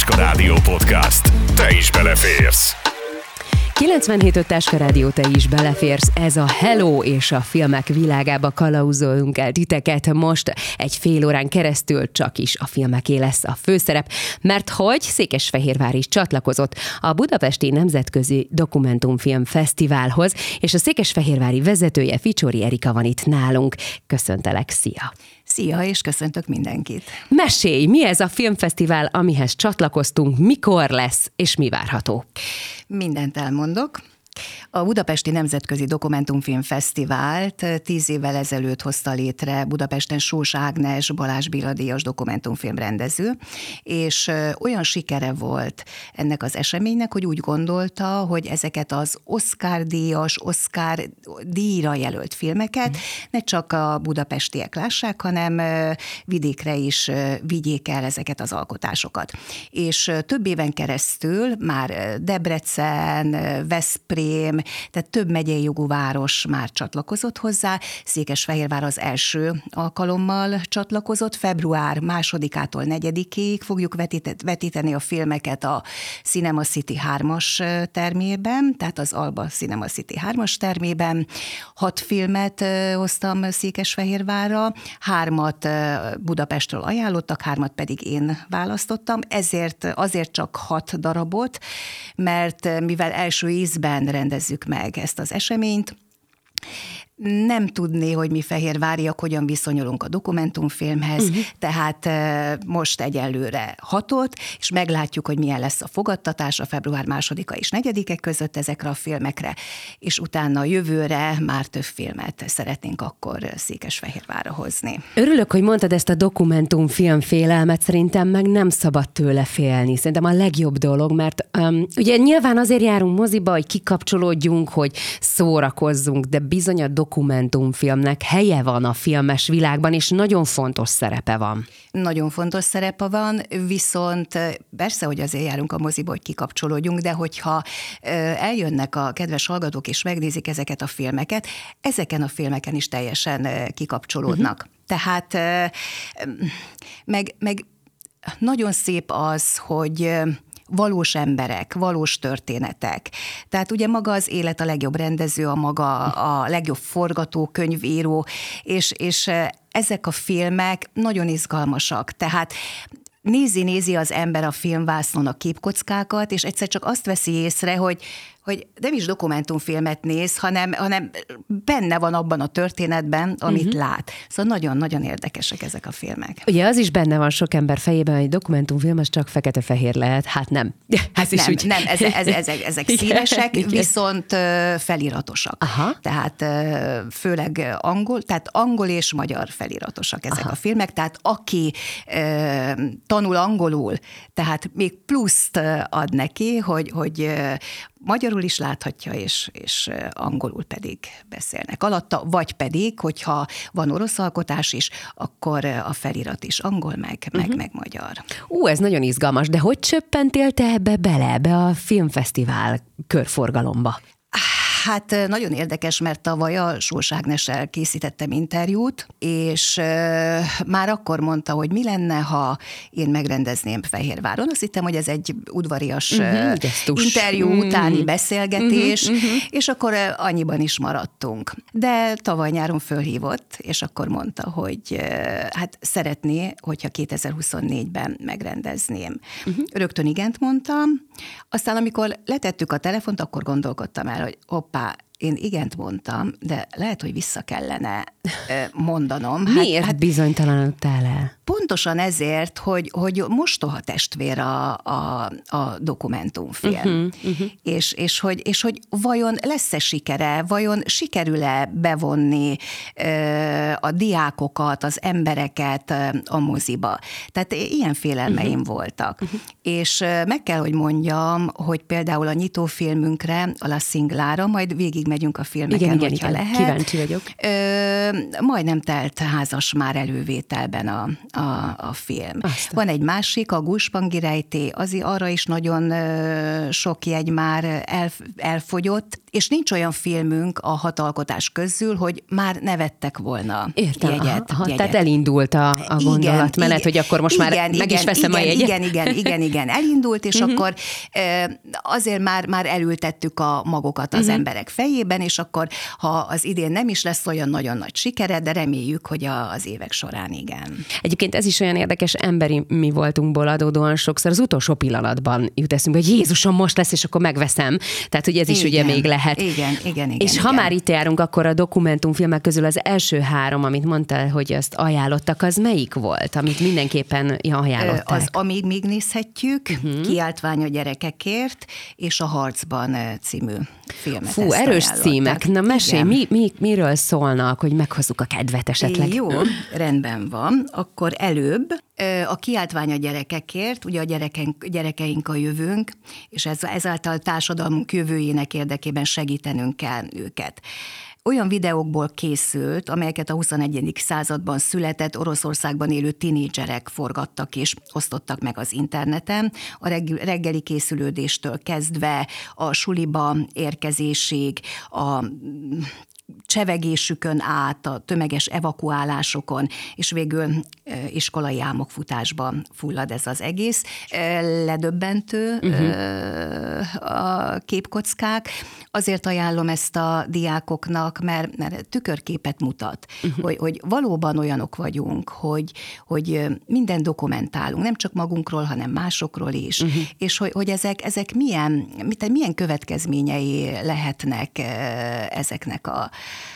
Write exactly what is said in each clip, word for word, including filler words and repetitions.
Táska Rádió Podcast. Te is beleférsz. kilencvenhét öt Táska Rádió, te is beleférsz. Ez a Hello és a filmek világába kalauzolunk el titeket. Most egy fél órán keresztül csak is a filmeké lesz a főszerep, mert hogy Székesfehérvár is csatlakozott a Budapesti Nemzetközi Dokumentumfilm Fesztiválhoz, és a székesfehérvári vezetője, Ficsori Erika van itt nálunk. Köszöntelek, szia! Szia, és köszöntök mindenkit! Mesélj, mi ez a filmfesztivál, amihez csatlakoztunk, mikor lesz, és mi várható? Mindent elmondok. A Budapesti Nemzetközi Dokumentumfilm Fesztivált tíz évvel ezelőtt hozta létre Budapesten Sós Ágnes Balázs Béla díjas dokumentumfilm rendező, és olyan sikere volt ennek az eseménynek, hogy úgy gondolta, hogy ezeket az Oscar díjas, Oscar díjra jelölt filmeket ne csak a budapestiek lássák, hanem vidékre is vigyék el ezeket az alkotásokat. És több éven keresztül már Debrecen, Veszprém, tehát több megyei jogú város már csatlakozott hozzá. Székesfehérvár az első alkalommal csatlakozott. Február másodikától negyedikéig fogjuk vetíteni a filmeket a Cinema City hármas termében, tehát az Alba Cinema City hármas termében. Hat filmet hoztam Székesfehérvárra, hármat Budapestről ajánlottak, hármat pedig én választottam. Ezért azért csak hat darabot, mert mivel első ízben rendezzük meg ezt az eseményt, nem tudni, hogy mi fehérváriak hogyan viszonyulunk a dokumentumfilmhez, uh-huh. tehát most egyelőre hatot, és meglátjuk, hogy milyen lesz a fogadtatás a február másodika és negyedike között ezekre a filmekre, és utána jövőre már több filmet szeretnénk akkor Székesfehérvárra hozni. Örülök, hogy mondtad ezt a dokumentumfilm félelmet, szerintem meg nem szabad tőle félni. Szerintem a legjobb dolog, mert um, ugye nyilván azért járunk moziba, hogy kikapcsolódjunk, hogy szórakozzunk, de bizony a dokumentumfilmnek helye van a filmes világban, és nagyon fontos szerepe van. Nagyon fontos szerepe van, viszont persze, hogy azért járunk a moziba, hogy kikapcsolódjunk, de hogyha eljönnek a kedves hallgatók és megnézik ezeket a filmeket, ezeken a filmeken is teljesen kikapcsolódnak. Uh-huh. Tehát meg, meg nagyon szép az, hogy valós emberek, valós történetek. Tehát ugye maga az élet a legjobb rendező, a maga a legjobb forgatókönyvíró, és, és ezek a filmek nagyon izgalmasak. Tehát nézi-nézi az ember a filmvásznon a képkockákat, és egyszer csak azt veszi észre, hogy hogy nem is dokumentumfilmet néz, hanem, hanem benne van abban a történetben, amit uh-huh. lát. Szóval nagyon-nagyon érdekesek ezek a filmek. Ugye az is benne van sok ember fejében, hogy dokumentumfilm az csak fekete-fehér lehet. Hát nem. Hát nem, úgy... nem, ez, ez, ezek, ezek színesek, viszont feliratosak. Aha. Tehát főleg angol, tehát angol és magyar feliratosak ezek Aha. a filmek, tehát aki tanul angolul, tehát még pluszt ad neki, hogy, hogy magyarul is láthatja, és, és angolul pedig beszélnek alatta, vagy pedig, hogyha van orosz alkotás is, akkor a felirat is angol, meg, uh-huh. meg, meg magyar. Ú, ez nagyon izgalmas, de hogy csöppentél te ebbe bele, ebbe a filmfesztivál körforgalomba? Hát nagyon érdekes, mert tavaly a Sós Ágnessel készítettem interjút, és már akkor mondta, hogy mi lenne, ha én megrendezném Fehérváron. Azt hittem, hogy ez egy udvarias uh-huh, interjú uh-huh. utáni beszélgetés, uh-huh, uh-huh. és akkor annyiban is maradtunk. De tavaly nyáron fölhívott, és akkor mondta, hogy hát szeretné, hogyha kétezer-huszonnégyben megrendezném. Uh-huh. Rögtön igent mondtam, aztán amikor letettük a telefont, akkor gondolkodtam el, hogy hoppá, én igent mondtam, de lehet, hogy vissza kellene mondanom. Miért hát, bizonytalanodtál el? Pontosan ezért, hogy, hogy mostoha testvér a, a, a dokumentumfilm. Uh-huh, uh-huh. És, és, hogy, és hogy vajon lesz-e sikere, vajon sikerül-e bevonni ö, a diákokat, az embereket ö, a moziba. Tehát ilyen félelmeim uh-huh. voltak. Uh-huh. És ö, meg kell, hogy mondjam, hogy például a nyitófilmünkre, a La Singlára, majd végig végigmegyünk a filmeken, igen, hogyha igen, lehet. Kíváncsi vagyok. Ö, majdnem telt házas már elővételben a, a, a film. Aztán. Van egy másik, a Guspangi rejtély, az arra is nagyon ö, sok jegy már el, elfogyott, és nincs olyan filmünk a hat alkotás közül, hogy már ne vettek volna Értem, jegyet. aha, jegyet. Tehát elindult a, a gondolatmenet, igen, hogy akkor most igen, már meg igen, is veszem igen, a jegyet. Igen, igen, igen, igen, elindult, és uh-huh. akkor azért már, már elültettük a magokat az uh-huh. emberek fejében, és akkor, ha az idén nem is lesz olyan nagyon nagy sikere, de reméljük, hogy az évek során igen. Egyébként ez is olyan érdekes, emberi mi voltunkból adódóan sokszor az utolsó pillanatban jut eszünkbe, hogy Jézusom, most lesz, és akkor megveszem. Tehát, hogy ez is igen, ugye még lehet. Igen, igen, igen. És igen. ha már itt járunk, akkor a dokumentumfilmek közül az első három, amit mondtál, hogy azt ajánlottak, az melyik volt, amit mindenképpen ajánlották? Az Amíg még nézhetjük, uh-huh. Kiáltvány a gyerekekért, és a Harcban című filmet. Fú, erős címek. Na mesélj, mi, mi, miről szólnak, hogy meghozzuk a kedvet esetleg? Jó, rendben van. Akkor előbb a Kiáltvány a gyerekekért, ugye a gyerekeink, gyerekeink a jövőnk, és ez, ezáltal társadalmunk jövőjének érdekében segítenünk kell őket. Olyan videókból készült, amelyeket a huszonegyedik században született Oroszországban élő tinédzserek forgattak és osztottak meg az interneten, a reggeli készülődéstől kezdve a suliba érkezésig, a csevegésükön át, a tömeges evakuálásokon, és végül iskolai álmokfutásba fullad ez az egész. Ledöbbentő uh-huh. a képkockák. Azért ajánlom ezt a diákoknak, mert, mert tükörképet mutat, uh-huh. hogy, hogy valóban olyanok vagyunk, hogy, hogy minden dokumentálunk, nem csak magunkról, hanem másokról is, uh-huh. és hogy, hogy ezek, ezek milyen, milyen következményei lehetnek ezeknek a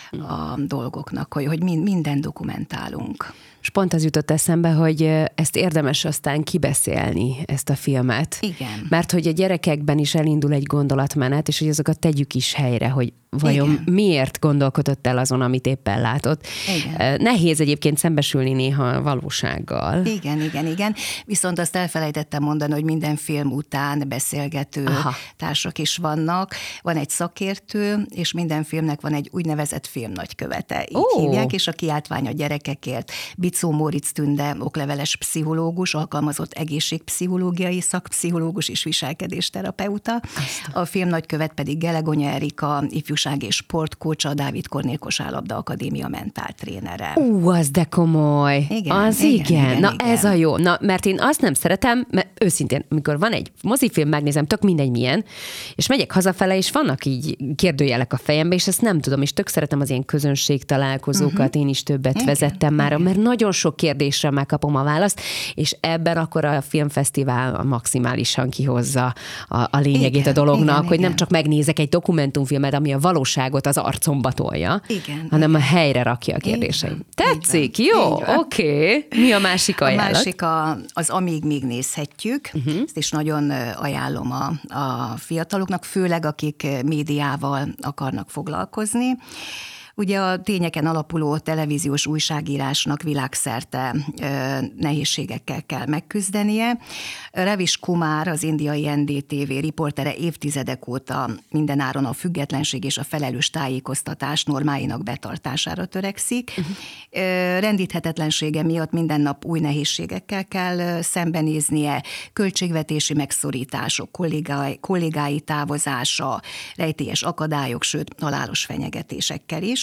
a dolgoknak, hogy, hogy minden dokumentálunk. És pont az jutott eszembe, hogy ezt érdemes aztán kibeszélni, ezt a filmet. Igen. Mert hogy a gyerekekben is elindul egy gondolatmenet, és hogy azokat tegyük is helyre, hogy vajon igen. miért gondolkodott el azon, amit éppen látott. Igen. Nehéz egyébként szembesülni néha a valósággal. Igen, igen, igen. Viszont azt elfelejtettem mondani, hogy minden film után beszélgető Aha. társak is vannak. Van egy szakértő, és minden filmnek van egy úgynevezett filmnagykövete. Így oh. hívják, és a Kiáltvány a gyerekekért Bicó Móricz Tünde, okleveles pszichológus, alkalmazott egészségpszichológiai szakpszichológus és viselkedésterapeuta. Aztán. A filmnagykövet pedig Gelegonya Erika, ifjúság és sportkócsa, a Dávid Kornél Kosárlabda Akadémia mentáltrénere. Ú, az de komoly. Igen, az igen. igen. igen Na igen. ez a jó. Na, mert én azt nem szeretem, mert őszintén, amikor van egy mozifilm, megnézem, tök mindegy milyen, és megyek hazafele, és vannak így kérdőjelek a fejembe, és ezt nem tudom, és tök szeretem az ilyen közönségtalálkozókat, uh-huh. én is többet igen, vezettem már, igen. mert nagyon sok kérdésre megkapom a választ, és ebben akkor a filmfesztivál maximálisan kihozza a, a lényegét igen, a dolognak, igen, hogy igen. nem csak megnézek egy dokumentumfilmet, ami a valóságot az arcomba tolja, igen, hanem igen. a helyre rakja a kérdéseim. Tetszik? Jó, oké. Okay. Mi a másik ajánlat? A másik a, az Amíg még nézhetjük. Uh-huh. Ezt is nagyon ajánlom a, a fiataloknak, főleg akik médiával akarnak foglalkozni. Ugye a tényeken alapuló televíziós újságírásnak világszerte ö, nehézségekkel kell megküzdenie. Ravish Kumar, az indiai en dé té vé riportere évtizedek óta mindenáron a függetlenség és a felelős tájékoztatás normáinak betartására törekszik. Uh-huh. Ö, rendíthetetlensége miatt minden nap új nehézségekkel kell szembenéznie, költségvetési megszorítások, kollégái, kollégái távozása, rejtélyes akadályok, sőt halálos fenyegetésekkel is.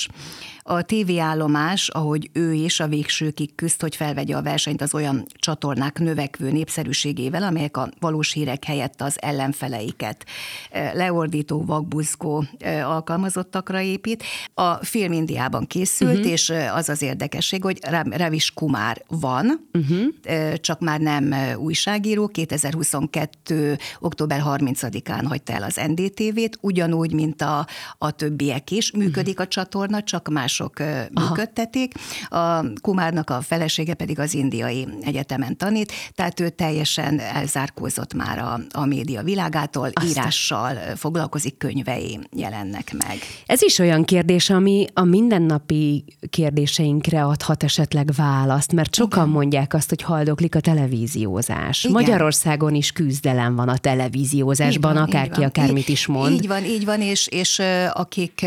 A tévéállomás, ahogy ő is a végsőkig küzd, hogy felvegye a versenyt az olyan csatornák növekvő népszerűségével, amelyek a valós hírek helyett az ellenfeleiket leordító, vakbuzgó alkalmazottakra épít. A film Indiában készült, uh-huh. és az az érdekesség, hogy Ravish Kumar van, uh-huh. csak már nem újságíró, kétezer-huszonkettő. október harmincadikán hagyta el az en dé té vét, ugyanúgy, mint a, a többiek is. Működik a csatorna, csatorna, csak mások Aha. működtetik. A Kumárnak a felesége pedig az indiai egyetemen tanít, tehát ő teljesen elzárkózott már a, a média világától, Aztán. írással foglalkozik, könyvei jelennek meg. Ez is olyan kérdés, ami a mindennapi kérdéseinkre adhat esetleg választ, mert sokan Igen. mondják azt, hogy haldoklik a televíziózás. Igen. Magyarországon is küzdelem van a televíziózásban, van, akárki akármit is mond. Így van, így van, és, és akik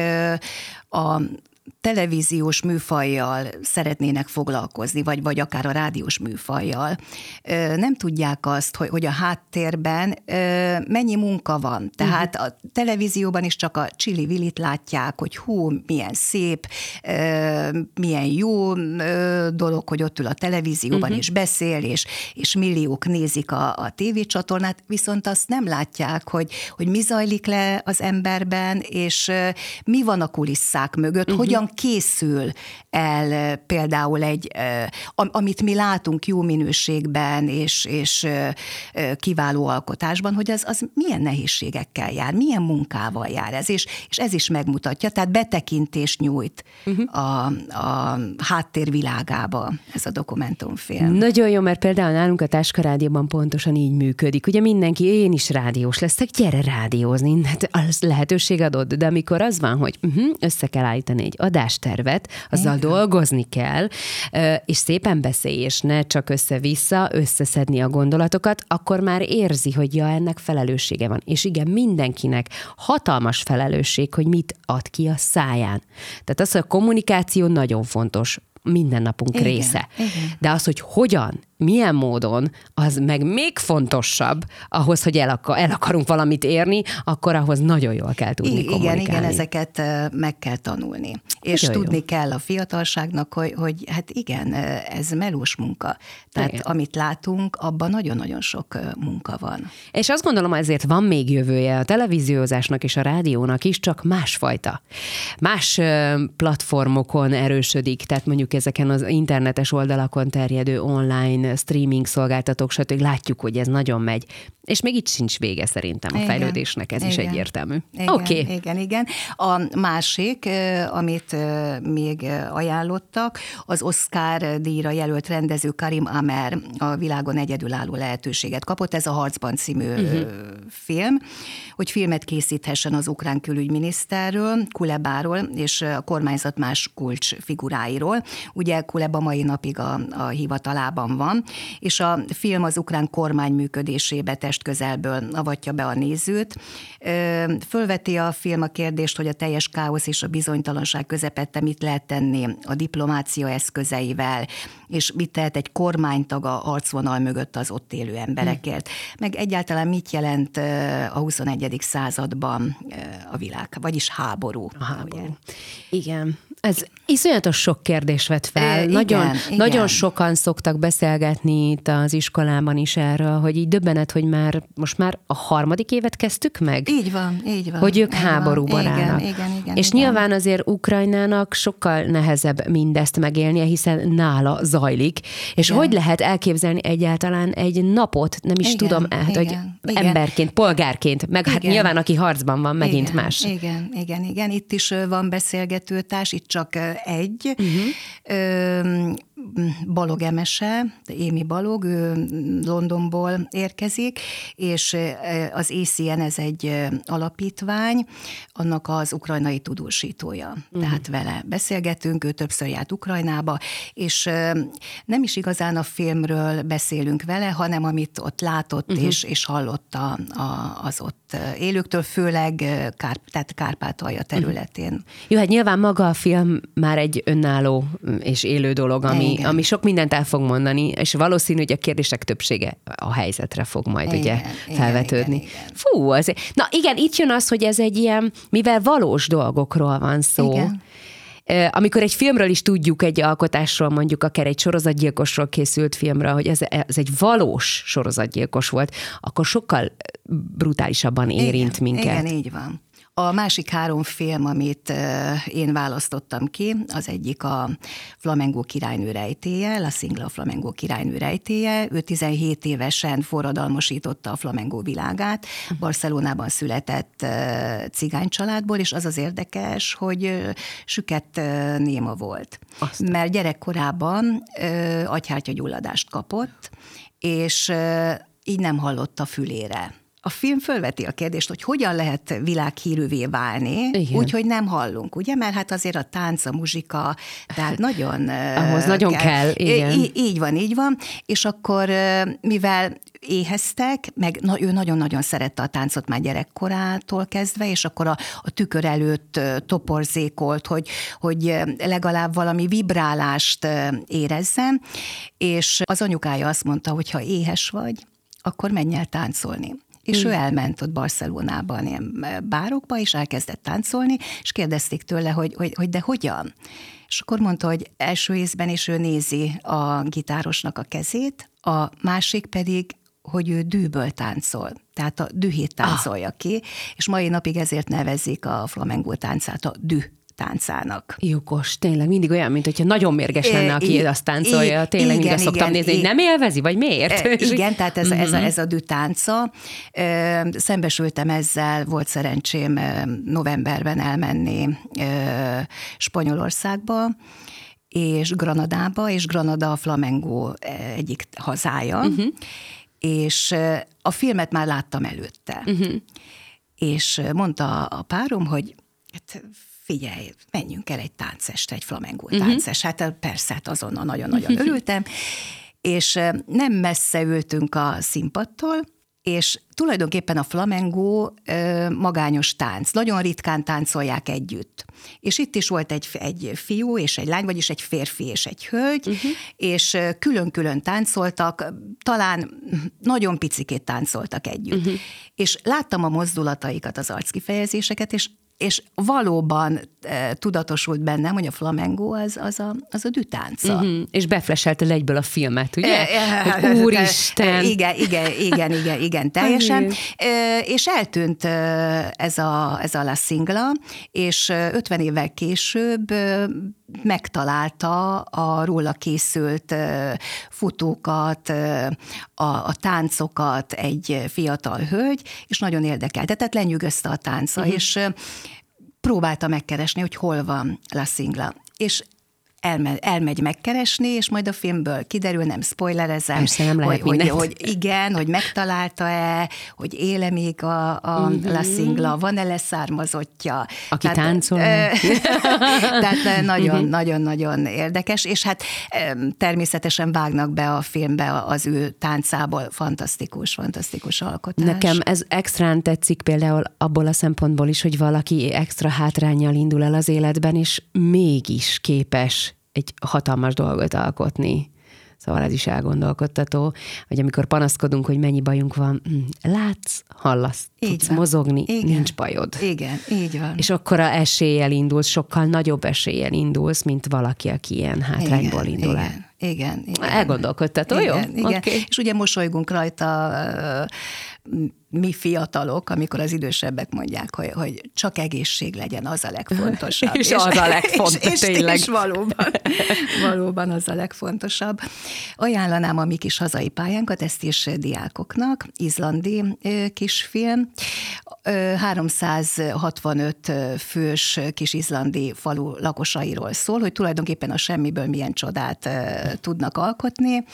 a televíziós műfajjal szeretnének foglalkozni, vagy, vagy akár a rádiós műfajjal, nem tudják azt, hogy, hogy a háttérben mennyi munka van. Tehát a televízióban is csak a csili-vilit látják, hogy hú, milyen szép, milyen jó dolog, hogy ott ül a televízióban uh-huh. és beszél, és, és milliók nézik a, a tévécsatornát, viszont azt nem látják, hogy, hogy mi zajlik le az emberben, és mi van a kulisszák mögött, uh-huh. hogyan készül el például egy, amit mi látunk jó minőségben és, és kiváló alkotásban, hogy az, az milyen nehézségekkel jár, milyen munkával jár ez, és, és ez is megmutatja, tehát betekintést nyújt uh-huh. a, a háttérvilágába ez a dokumentumfilm. Nagyon jó, mert például nálunk a Táska Rádióban pontosan így működik. Ugye mindenki, én is rádiós leszek, gyere rádiózni, hát az lehetőség adott, de amikor az van, hogy uh-huh, össze kell állítani egy adástervet, azzal Igen. dolgozni kell, és szépen beszélj, és ne csak össze-vissza, összeszedni a gondolatokat, akkor már érzi, hogy ja, ennek felelőssége van. És igen, mindenkinek hatalmas felelősség, hogy mit ad ki a száján. Tehát az, hogy a kommunikáció nagyon fontos, mindennapunk igen, része. Igen. De az, hogy hogyan, milyen módon, az meg még fontosabb ahhoz, hogy el, akar, el akarunk valamit érni, akkor ahhoz nagyon jól kell tudni igen, kommunikálni. Igen, igen, ezeket meg kell tanulni. És nagyon tudni jó. kell a fiatalságnak, hogy, hogy hát igen, ez melós munka. Tehát igen. amit látunk, abban nagyon-nagyon sok munka van. És azt gondolom, ezért van még jövője a televíziózásnak és a rádiónak is, csak másfajta. Más platformokon erősödik, tehát mondjuk ezeken az internetes oldalakon terjedő online streaming szolgáltatók, stb. Látjuk, hogy ez nagyon megy. És még itt sincs vége szerintem a igen, fejlődésnek, ez igen, is egyértelmű. Oké. Okay. Igen, igen. A másik, amit még ajánlottak, az Oscar díjra jelölt rendező Karim Amer a világon egyedülálló lehetőséget kapott. Ez a Harcban című uh-huh. film, hogy filmet készíthessen az ukrán külügyminiszterről, Kulebáról és a kormányzat más kulcsfiguráiról. Ugye Kuleba mai napig a, a hivatalában van, és a film az ukrán kormány működésébe testközelből avatja be a nézőt. Fölveti a film a kérdést, hogy a teljes káosz és a bizonytalanság közepette mit lehet tenni a diplomácia eszközeivel, és mit tehet egy kormánytag a arcvonal mögött az ott élő emberekért. Meg egyáltalán mit jelent a huszonegyedik században a világ, vagyis háború. A háború. Ugye? Igen. Ez iszonyatos sok kérdés vett fel. Igen, nagyon, igen. nagyon sokan szoktak beszélgetni itt az iskolában is erről, hogy így döbbenet, hogy már most már a harmadik évet kezdtük meg? Így van, így van. Hogy ők háborúban igen, állnak. Igen, igen, És igen. nyilván azért Ukrajnának sokkal nehezebb mindezt megélnie, hiszen nála zajlik. És igen. hogy lehet elképzelni egyáltalán egy napot, nem is igen, tudom, hát, hogy igen. emberként, polgárként, meg igen. hát nyilván aki harcban van, megint igen, más. Igen, igen, igen. Itt is van beszélgetőtárs, itt csak egy. Uh-huh. Balog Emese, Émi Balog, ő Londonból érkezik, és az á cé en ez egy alapítvány, annak az ukrajnai tudósítója. Uh-huh. Tehát vele beszélgetünk, ő többször járt Ukrajnába, és nem is igazán a filmről beszélünk vele, hanem amit ott látott uh-huh. és, és hallott a, a, az ott élőktől, főleg Kárp, tehát Kárpátalja területén. Uh-huh. Jó, hát nyilván maga a film már egy önálló és élő dolog, ami, ami sok mindent el fog mondani, és valószínű, hogy a kérdések többsége a helyzetre fog majd igen, ugye felvetődni. Igen, igen. Fú, azért. Na igen, itt jön az, hogy ez egy ilyen, mivel valós dolgokról van szó, igen. Amikor egy filmről is tudjuk, egy alkotásról, mondjuk akár egy sorozatgyilkosról készült filmről, hogy ez, ez egy valós sorozatgyilkos volt, akkor sokkal brutálisabban érint igen, minket. Igen, így van. A másik három film, amit én választottam ki, az egyik a Flamengo királynő rejtélye, La Singla Flamengo királynő rejtélye. Ő tizenhét évesen forradalmasította a flamengo világát, Barcelonában született cigány családból, és az az érdekes, hogy süket néma volt. Aztán. Mert gyerekkorában agyhártyagyulladást kapott, és így nem hallott a fülére. A film fölveti a kérdést, hogy hogyan lehet világhírűvé válni, úgyhogy nem hallunk, ugye? Mert hát azért a tánc, a muzsika, tehát nagyon... Ahhoz nagyon kell, kell igen. Í- így van, így van. És akkor, mivel éheztek, meg na, ő nagyon-nagyon szerette a táncot már gyerekkorától kezdve, és akkor a, a tükör előtt toporzékolt, hogy, hogy legalább valami vibrálást érezzen, és az anyukája azt mondta, hogy ha éhes vagy, akkor menj el táncolni. És hmm. ő elment ott Barcelonában ilyen bárokba, és elkezdett táncolni, és kérdezték tőle, hogy, hogy, hogy de hogyan? És akkor mondta, hogy első észben is ő nézi a gitárosnak a kezét, a másik pedig, hogy ő dűből táncol, tehát a dühét táncolja ah. ki, és mai napig ezért nevezik a flamengo táncát a düh táncának. Jogos, tényleg mindig olyan, mint hogyha nagyon mérges lenne, aki é, azt táncolja. É, tényleg mindig azt szoktam nézni, hogy nem élvezi, vagy miért? Igen, tehát ez, ez, a, ez a dühtánca. Szembesültem ezzel, volt szerencsém novemberben elmenni Spanyolországba, és Granadába, és Granada a flamengo egyik hazája, uh-huh. és a filmet már láttam előtte. Uh-huh. És mondta a párom, hogy hát, figyelj, menjünk el egy táncestre, egy flamengo táncest. Uh-huh. Hát persze, hát azonnal nagyon-nagyon örültem, és nem messze ültünk a színpadtól, és tulajdonképpen a flamengo ö, magányos tánc. Nagyon ritkán táncolják együtt. És itt is volt egy, egy fiú és egy lány, vagyis egy férfi és egy hölgy, uh-huh. és külön-külön táncoltak, talán nagyon picikét táncoltak együtt. Uh-huh. És láttam a mozdulataikat, az arckifejezéseket, és és valóban e, tudatosult bennem, hogy a flamengo az, az a, az a dühtánca. Uh-huh. És befleselted egyből a filmet, ugye? E, hogy úristen! Igen, igen, igen, igen, igen, teljesen. E, és eltűnt ez a, ez a La Singla, és ötven évvel később megtalálta a róla készült futókat, a, a táncokat egy fiatal hölgy, és nagyon érdekelte, tehát lenyűgözte a tánca, uh-huh. és próbálta megkeresni, hogy hol van La Singla. És elme, elmegy megkeresni, és majd a filmből kiderül, nem spoilerezem, Persze, nem hogy, hogy, hogy igen, hogy megtalálta-e, hogy éle még a, a mm-hmm. La Singla, van-e leszármazottja. Aki tehát, táncol. Tehát nagyon-nagyon-nagyon érdekes, és hát természetesen vágnak be a filmbe az ő táncából. Fantasztikus, fantasztikus alkotás. Nekem ez extrán tetszik például abból a szempontból is, hogy valaki extra hátránnyal indul el az életben, és mégis képes egy hatalmas dolgot alkotni. Szóval ez is elgondolkodtató, hogy amikor panaszkodunk, hogy mennyi bajunk van, látsz, hallasz, így tudsz van. Mozogni, igen. Nincs bajod. Igen, így van. És akkor a eséllyel indulsz, sokkal nagyobb eséllyel indulsz, mint valaki, aki ilyen hátrányból igen, indul el. Igen, igen, igen. Elgondolkodtató, igen, jó? Igen. Okay. És ugye mosolygunk rajta mi fiatalok, amikor az idősebbek mondják, hogy, hogy csak egészség legyen, az a legfontosabb. és, és az a legfontosabb, és, tényleg. És valóban, valóban az a legfontosabb. Ajánlanám a mi kis hazai pályánkat, ezt is diákoknak, izlandi kisfilm. háromszázhatvanöt fős kis izlandi falu lakosairól szól, hogy tulajdonképpen a semmiből milyen csodát tudnak alkotni.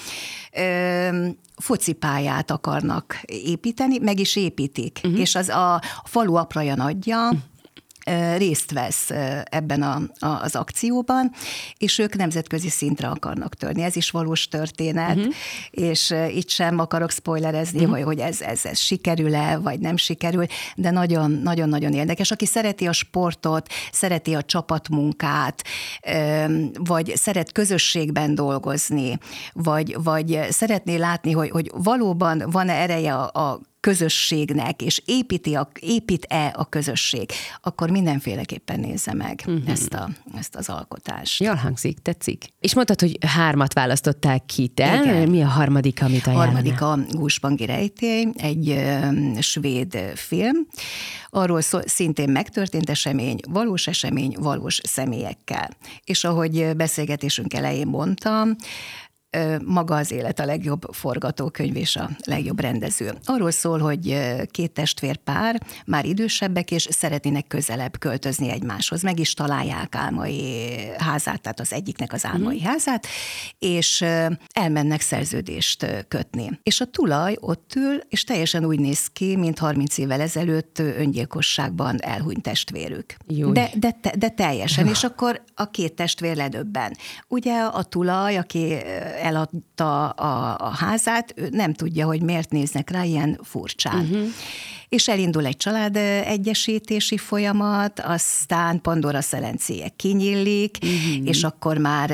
Focipályát akarnak építeni, meg is építik, uh-huh. és az a, a falu apraja nagyja uh-huh. részt vesz ebben a, a, az akcióban, és ők nemzetközi szintre akarnak törni. Ez is valós történet, uh-huh. és itt sem akarok spoilerezni, uh-huh. hogy, hogy ez, ez, ez sikerül-e, vagy nem sikerül, de nagyon-nagyon érdekes. Aki szereti a sportot, szereti a csapatmunkát, vagy szeret közösségben dolgozni, vagy, vagy szeretné látni, hogy, hogy valóban van-e ereje a, a közösségnek, és építi a, épít-e a közösség, akkor mindenféleképpen nézze meg uh-huh. ezt, a, ezt az alkotást. Jól hangzik, tetszik. És mondtad, hogy hármat választották ki te. Igen. Mi a harmadik, amit ajánlana? A harmadik a Gúzsbangi rejtély, egy ö, svéd film. Arról szó, szintén megtörtént esemény, valós esemény, valós személyekkel. És ahogy beszélgetésünk elején mondtam, maga az élet a legjobb forgatókönyv és a legjobb rendező. Arról szól, hogy két testvérpár, már idősebbek, és szeretnének közelebb költözni egymáshoz. Meg is találják álmai házát, tehát az egyiknek az álmai mm. házát, és elmennek szerződést kötni. És a tulaj ott ül, és teljesen úgy néz ki, mint harminc évvel ezelőtt öngyilkosságban elhunyt testvérük. De, de, de teljesen, és akkor a két testvér ledöbben. Ugye a tulaj, aki eladta a, a házát, ő nem tudja, hogy miért néznek rá ilyen furcsán. Uh-huh. És elindul egy család egyesítési folyamat, aztán Pandora szelencéje kinyílik, uh-huh. és akkor már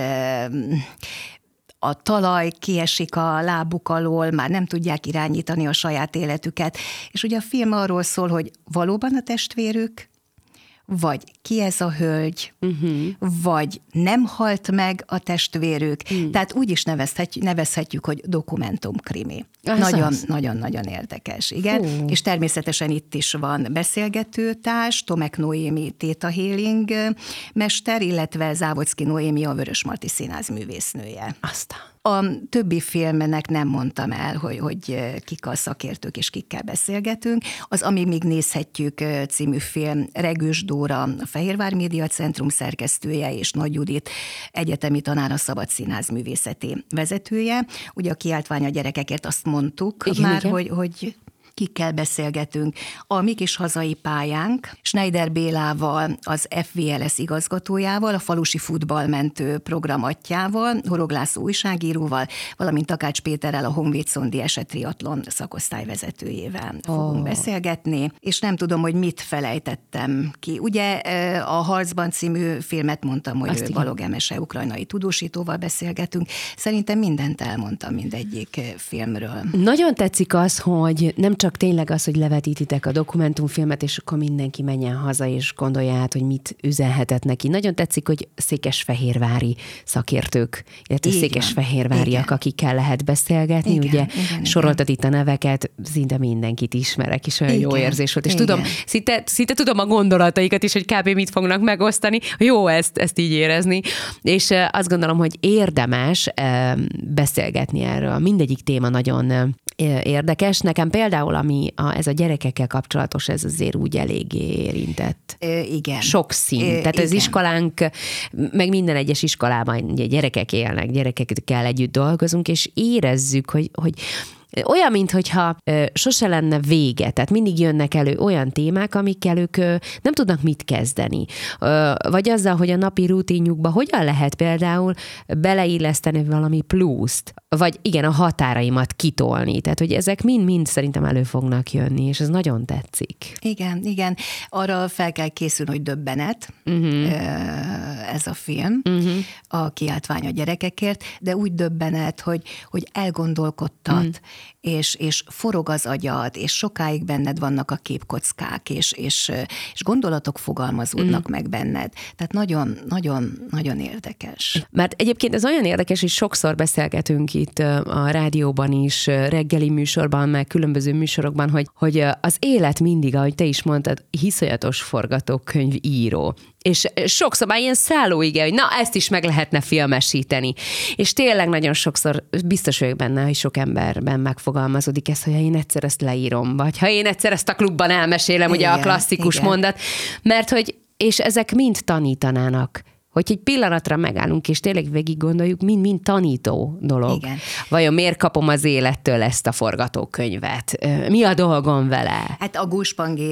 a talaj kiesik a lábuk alól, már nem tudják irányítani a saját életüket. És ugye a film arról szól, hogy valóban a testvérük, vagy ki ez a hölgy, uh-huh. vagy nem halt meg a testvérük. Uh-huh. Tehát úgy is nevezhetjük, nevezhetjük, hogy dokumentumkrimi. Nagyon-nagyon-nagyon érdekes, igen. Uh. És természetesen itt is van beszélgetőtárs, Tomek Noémi Theta Healing mester, illetve Závodszky Noémi a Vörösmarty Színház művésznője. Aztán. A többi filmnek nem mondtam el, hogy, hogy kik a szakértők és kikkel beszélgetünk. Az Amíg még nézhetjük című film, Regős Dóra, a Fehérvár Média Centrum szerkesztője, és Nagy Judit egyetemi tanár, a Szabad Színház művészeti vezetője. Ugye a Kiáltvány a gyerekekért azt mondtuk igen, már, igen. hogy... hogy kikkel beszélgetünk. A mi kis hazai pályánk, Schneider Bélával, az ef vé el es igazgatójával, a falusi futballmentő programatjával, Horog László újságíróval, valamint Takács Péterrel, a Honvéd Szondi esetriatlon szakosztályvezetőjével fogunk oh. beszélgetni, és nem tudom, hogy mit felejtettem ki. Ugye a Harcban című filmet mondtam, hogy Azt Balog Emese ukrajnai tudósítóval beszélgetünk. Szerintem mindent elmondtam mindegyik filmről. Nagyon tetszik az, hogy nem csak csak tényleg az, hogy levetítitek a dokumentumfilmet, és akkor mindenki menjen haza, és gondolja át, hogy mit üzenhetett neki. Nagyon tetszik, hogy székesfehérvári szakértők, illetve igen, székesfehérváriak, igen. akikkel lehet beszélgetni. Igen, ugye igen, soroltad igen. itt a neveket, szinte mindenkit ismerek, és olyan igen, jó érzés volt. És igen. tudom, szinte, szinte tudom a gondolataikat is, hogy kb. Mit fognak megosztani. Jó ezt, ezt így érezni. És azt gondolom, hogy érdemes beszélgetni erről. Mindegyik téma nagyon érdekes. Nekem például, ami a, ez a gyerekekkel kapcsolatos, ez azért úgy eléggé érintett. Ö, igen. Sok szín. Ö, Tehát igen. az iskolánk, meg minden egyes iskolában ugye gyerekek élnek, gyerekekkel együtt dolgozunk, és érezzük, hogy, hogy olyan, minthogyha sose lenne vége, tehát mindig jönnek elő olyan témák, amikkel ők nem tudnak mit kezdeni. Vagy azzal, hogy a napi rutinjukba hogyan lehet például beleilleszteni valami pluszt, vagy igen, a határaimat kitolni. Tehát, hogy ezek mind-mind szerintem elő fognak jönni, és ez nagyon tetszik. Igen, igen. Arra fel kell készülni, hogy döbbenet uh-huh. ez a film, uh-huh. a Kiáltvány a gyerekekért, de úgy döbbenet, hogy, hogy elgondolkodtat, uh-huh. és, és forog az agyad, és sokáig benned vannak a képkockák, és, és, és gondolatok fogalmazódnak mm. meg benned. Tehát nagyon, nagyon, nagyon érdekes. Mert egyébként ez olyan érdekes, hogy sokszor beszélgetünk itt a rádióban is, reggeli műsorban, meg különböző műsorokban, hogy, hogy az élet mindig, ahogy te is mondtad, iszonyatos forgatókönyvíró. És sokszor már ilyen szállóige, hogy na, ezt is meg lehetne filmesíteni. És tényleg nagyon sokszor biztos vagyok benne, hogy sok emberben megfogalmazódik ez, hogy ha én egyszer ezt leírom, vagy ha én egyszer ezt a klubban elmesélem, igen, ugye a klasszikus igen. mondat, mert hogy, és ezek mind tanítanának. Hogy egy pillanatra megállunk, és tényleg végig gondoljuk, mind-mind tanító dolog. Igen. Vajon miért kapom az élettől ezt a forgatókönyvet? Mi a dolgom vele? Hát a Gúzsbangi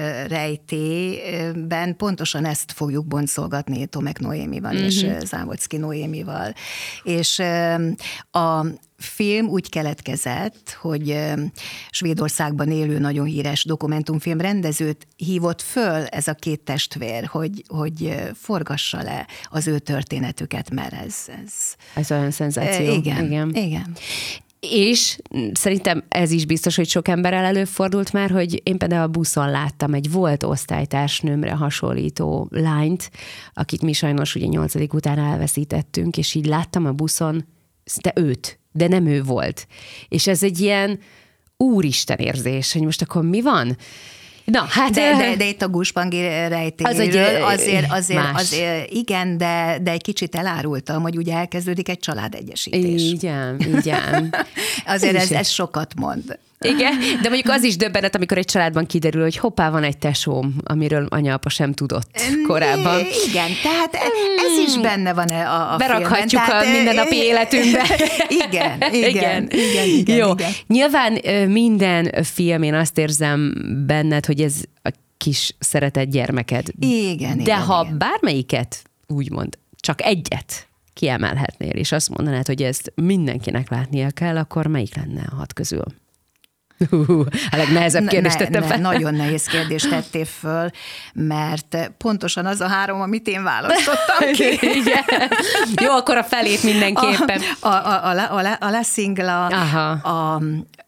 rejtélyben pontosan ezt fogjuk boncolgatni Tomek Noémival uh-huh. és Závodszky Noémival. És a film úgy keletkezett, hogy Svédországban élő nagyon híres dokumentumfilm rendezőt hívott föl ez a két testvér, hogy, hogy forgassa le az ő történetüket, mert ez... Ez, ez olyan szenzáció. Igen, igen. igen. És szerintem ez is biztos, hogy sok emberrel előfordult már, hogy én például a buszon láttam egy volt osztálytársnőmre hasonlító lányt, akit mi sajnos ugye nyolcadik után elveszítettünk, és így láttam a buszon de őt, de nem ő volt. És ez egy ilyen úristen érzés, hogy most akkor mi van? Na, hát, de, de, de itt a Guspangi rejtélyéről az azért, azért, azért igen, de, de egy kicsit elárultam, hogy ugye elkezdődik egy családegyesítés. Igen, igen. Azért ez, ez sokat mond. Igen, de mondjuk az is döbbenet, amikor egy családban kiderül, hogy hoppá, van egy tesóm, amiről anya-apa sem tudott korábban. Igen, tehát ez is benne van a, a Berakhatjuk filmben. Tehát, a mindennapi életünkbe. Igen, igen, igen, igen, igen. Jó, igen. Nyilván minden film, én azt érzem benned, hogy ez a kis szeretett gyermeked. Igen, De igen, ha igen. bármelyiket, úgymond, csak egyet kiemelhetnél, és azt mondanád, hogy ezt mindenkinek látnia kell, akkor melyik lenne a hat közül? Uh, a legnehezebb kérdést ne, tettem ne, fel. Nagyon nehéz kérdést tettél föl, mert pontosan az a három, amit én választottam ki. Igen. Jó, akkor a felét mindenképpen. A, a, a, a, a, a La Singla, a,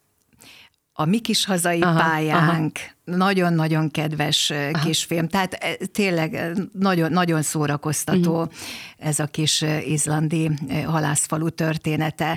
a Mi kis hazai aha, pályánk, aha. nagyon-nagyon kedves aha. kisfilm. Tehát tényleg nagyon, nagyon szórakoztató uh-huh. ez a kis izlandi halászfalu története.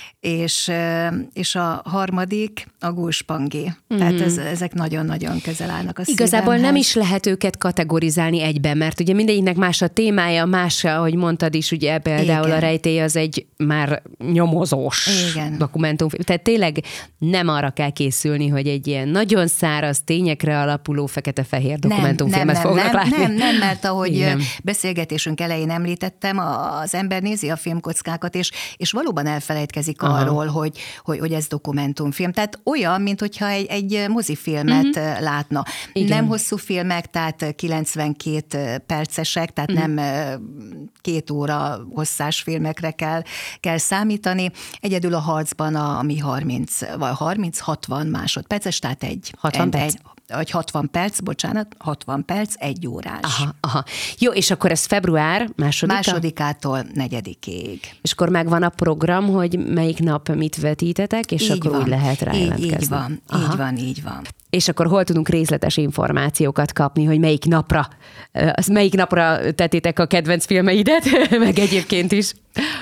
És, és a harmadik a Guspangi. Mm-hmm. Tehát ez, ezek nagyon-nagyon közel állnak a Igazából szívemhez. nem is lehet őket kategorizálni egyben, mert ugye mindegyiknek más a témája, más, ahogy mondtad is, ugye például igen. a rejtély az egy már nyomozós igen. dokumentumfilm. Tehát tényleg nem arra kell készülni, hogy egy ilyen nagyon száraz, tényekre alapuló fekete-fehér dokumentumfilmet nem, nem, fognak nem, látni. Nem, nem, mert ahogy igen. beszélgetésünk elején említettem, az ember nézi a filmkockákat, és, és valóban elfelejtkezik arról, hogy, hogy, hogy ez dokumentumfilm. Tehát olyan, mint hogyha egy, egy mozifilmet uh-huh. látna. Igen. Nem hosszú filmek, tehát kilencvenkét percesek, tehát uh-huh. nem két óra hosszás filmekre kell, kell számítani. Egyedül a harcban a, ami harminc vagy harminc-hatvan másodperces, tehát egy... hatvan egy, perc? Egy, vagy hatvan perc, bocsánat, hatvan perc, egy órás. Aha, aha. Jó, és akkor ez február másodika? Másodikától negyedikéig. És akkor megvan a program, hogy melyik nap mit vetítetek, és így akkor van. úgy lehet rá így, jelentkezni. így van, aha. így van, így van. És akkor hol tudunk részletes információkat kapni, hogy melyik napra, az melyik napra tettétek a kedvenc filmeidet, meg egyébként is?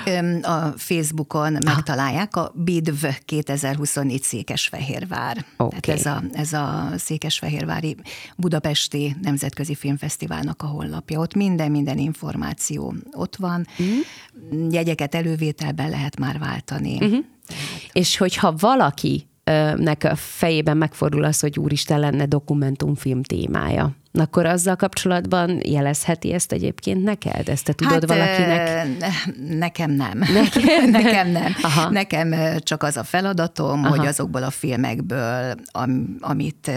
A Facebookon aha. megtalálják a B I D V kétezer-huszonnégy Székesfehérvár. Okay. Tehát ez a, ez a Székesfehérvári Budapesti Nemzetközi Filmfesztiválnak a honlapja. Ott minden-minden információ ott van. Mm. Jegyeket elővételben lehet már váltani. Mm-hmm. És hogyha valaki nek a fejében megfordul az, hogy úristen, lenne dokumentumfilm témája, akkor azzal kapcsolatban jelezheti ezt egyébként neked? Ezt te tudod hát, valakinek? Nekem nem. Nekem, nekem nem. Aha. Nekem csak az a feladatom, aha. hogy azokból a filmekből, am, amit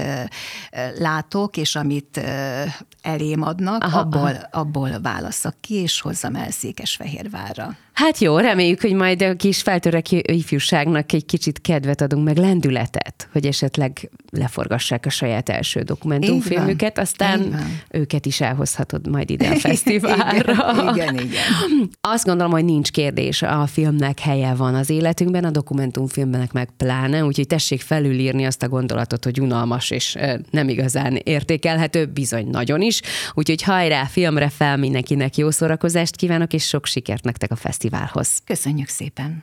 látok, és amit elém adnak, aha, abból, aha. abból válasszak ki, és hozzam el Székesfehérvárra. Hát jó, reméljük, hogy majd a kis feltörekvő ifjúságnak egy kicsit kedvet adunk, meg lendületet, hogy esetleg leforgassák a saját első dokumentumfilmüket, aztán őket is elhozhatod majd ide a fesztiválra. Igen, igen, igen. Azt gondolom, hogy nincs kérdés, a filmnek helye van az életünkben, a dokumentumfilmnek meg pláne, úgyhogy tessék felülírni azt a gondolatot, hogy unalmas és nem igazán értékelhető, bizony nagyon is. Úgyhogy hajrá, filmre fel, mindenkinek jó szórakozást kívánok, és sok sikert nektek a fesztiválhoz. Köszönjük szépen!